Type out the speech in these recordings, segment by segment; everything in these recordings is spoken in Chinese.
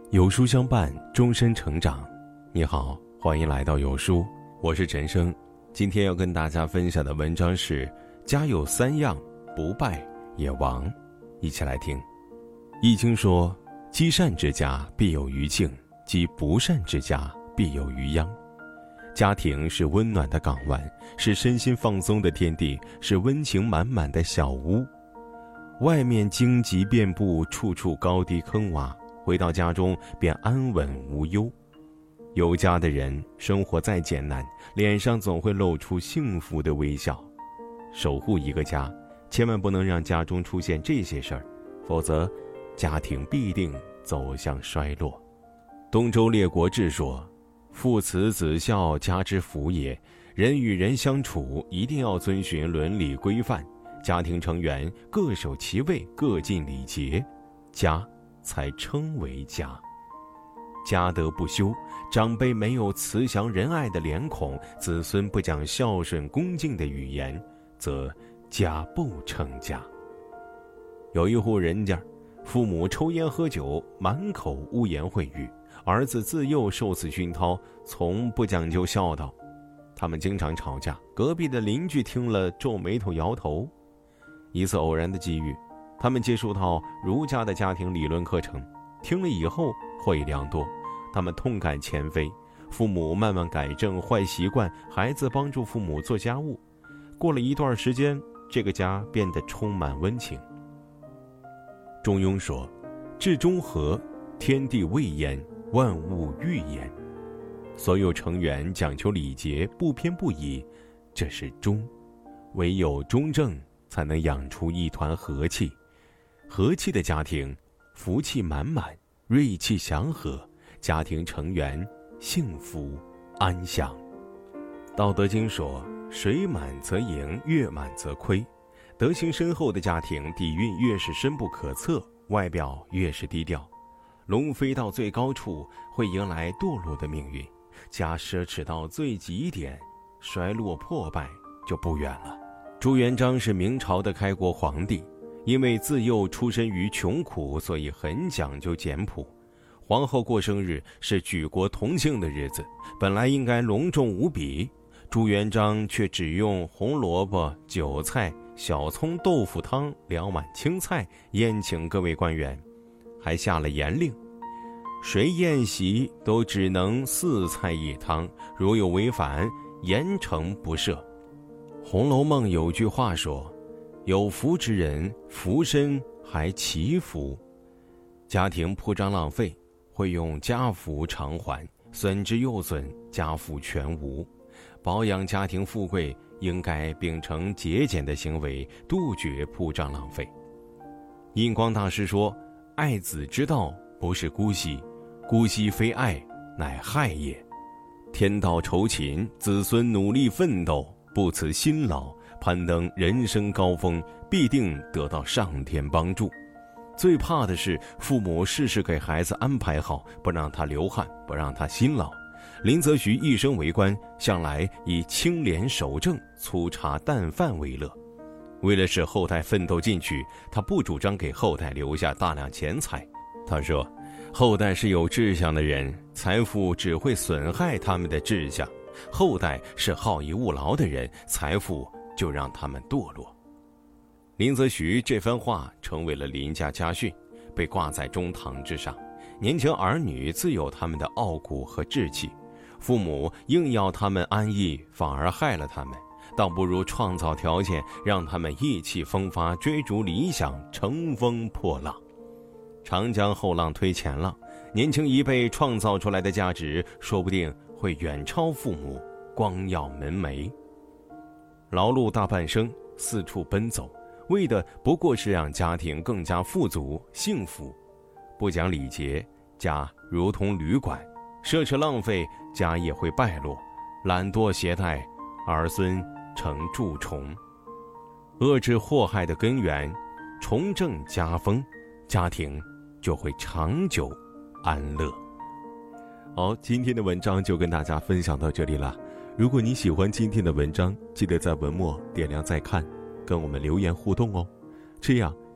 有书相伴，终身成长。你好，欢迎来到有书，我是陈生。今天要跟大家分享的文章是家有三样，不败也亡。一起来听。易经说，积善之家必有余庆，积不善之家必有余殃。家庭是温暖的港湾，是身心放松的天地，是温情满满的小屋。外面荆棘遍布，处处高低坑洼，回到家中便安稳无忧。有家的人生活再艰难，脸上总会露出幸福的微笑。守护一个家，千万不能让家中出现这些事儿，否则家庭必定走向衰落。东周列国志说，父慈子孝，家之福也。人与人相处一定要遵循伦理规范，家庭成员各守其位，各尽礼节，家才称为家。家德不修，长辈没有慈祥仁爱的脸孔，子孙不讲孝顺恭敬的语言，则家不成家。有一户人家，父母抽烟喝酒，满口污言秽语，儿子自幼受此熏陶，从不讲究孝道。他们经常吵架，隔壁的邻居听了皱眉头摇头。一次偶然的机遇，他们接触到儒家的家庭理论课程，听了以后获益良多，他们痛改前非，父母慢慢改正坏习惯，孩子帮助父母做家务。过了一段时间，这个家变得充满温情。中庸说，至中和，天地未焉，万物欲焉。所有成员讲求礼节，不偏不倚，这是中。唯有中正，才能养出一团和气。和气的家庭，福气满满，锐气祥和，家庭成员幸福安详。道德经说，水满则盈，月满则亏。德行深厚的家庭，底蕴越是深不可测，外表越是低调。龙飞到最高处，会迎来堕落的命运；家奢侈到最极点，衰落破败就不远了。朱元璋是明朝的开国皇帝，因为自幼出身于穷苦，所以很讲究简朴。皇后过生日是举国同庆的日子，本来应该隆重无比，朱元璋却只用红萝卜、韭菜、小葱豆腐汤2碗青菜宴请各位官员，还下了严令，谁宴席都只能4菜1汤，如有违反，严惩不赦。红楼梦有句话说，有福之人，福身还祈福。家庭铺张浪费，会用家福偿还，损之又损，家福全无。保养家庭富贵，应该秉承节俭的行为，杜绝铺张浪费。印光大师说，爱子之道不是姑息，姑息非爱，乃害也。天道酬勤，子孙努力奋斗，不辞辛劳，攀登人生高峰，必定得到上天帮助。最怕的是父母事事给孩子安排好，不让他流汗，不让他辛劳。林则徐一生为官，向来以清廉守正、粗茶淡饭为乐。为了使后代奋斗进取，他不主张给后代留下大量钱财。他说，后代是有志向的人，财富只会损害他们的志向；后代是好逸恶劳的人，财富就让他们堕落。林则徐这番话成为了林家家训，被挂在中堂之上。年轻儿女自有他们的傲骨和志气，父母硬要他们安逸，反而害了他们，倒不如创造条件，让他们意气风发，追逐理想，乘风破浪。长江后浪推前浪，年轻一辈创造出来的价值，说不定会远超父母，光耀门楣。劳碌大半生，四处奔走，为的不过是让家庭更加富足幸福。不讲礼节，家如同旅馆；奢侈浪费，家也会败落；懒惰懈怠，儿孙成蛀虫。遏制祸害的根源，重正家风，家庭就会长久安乐。好，今天的文章就跟大家分享到这里了。如果你喜欢今天的文章，记得在文末点亮再看，跟我们留言互动哦，这样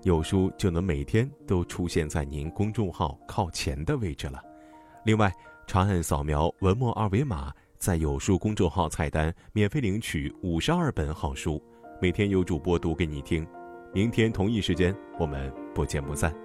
有书就能每天都出现在您公众号靠前的位置了。另外，长按扫描文末二维码，在有书公众号菜单免费领取52本好书，每天有主播读给你听。明天同一时间，我们不见不散。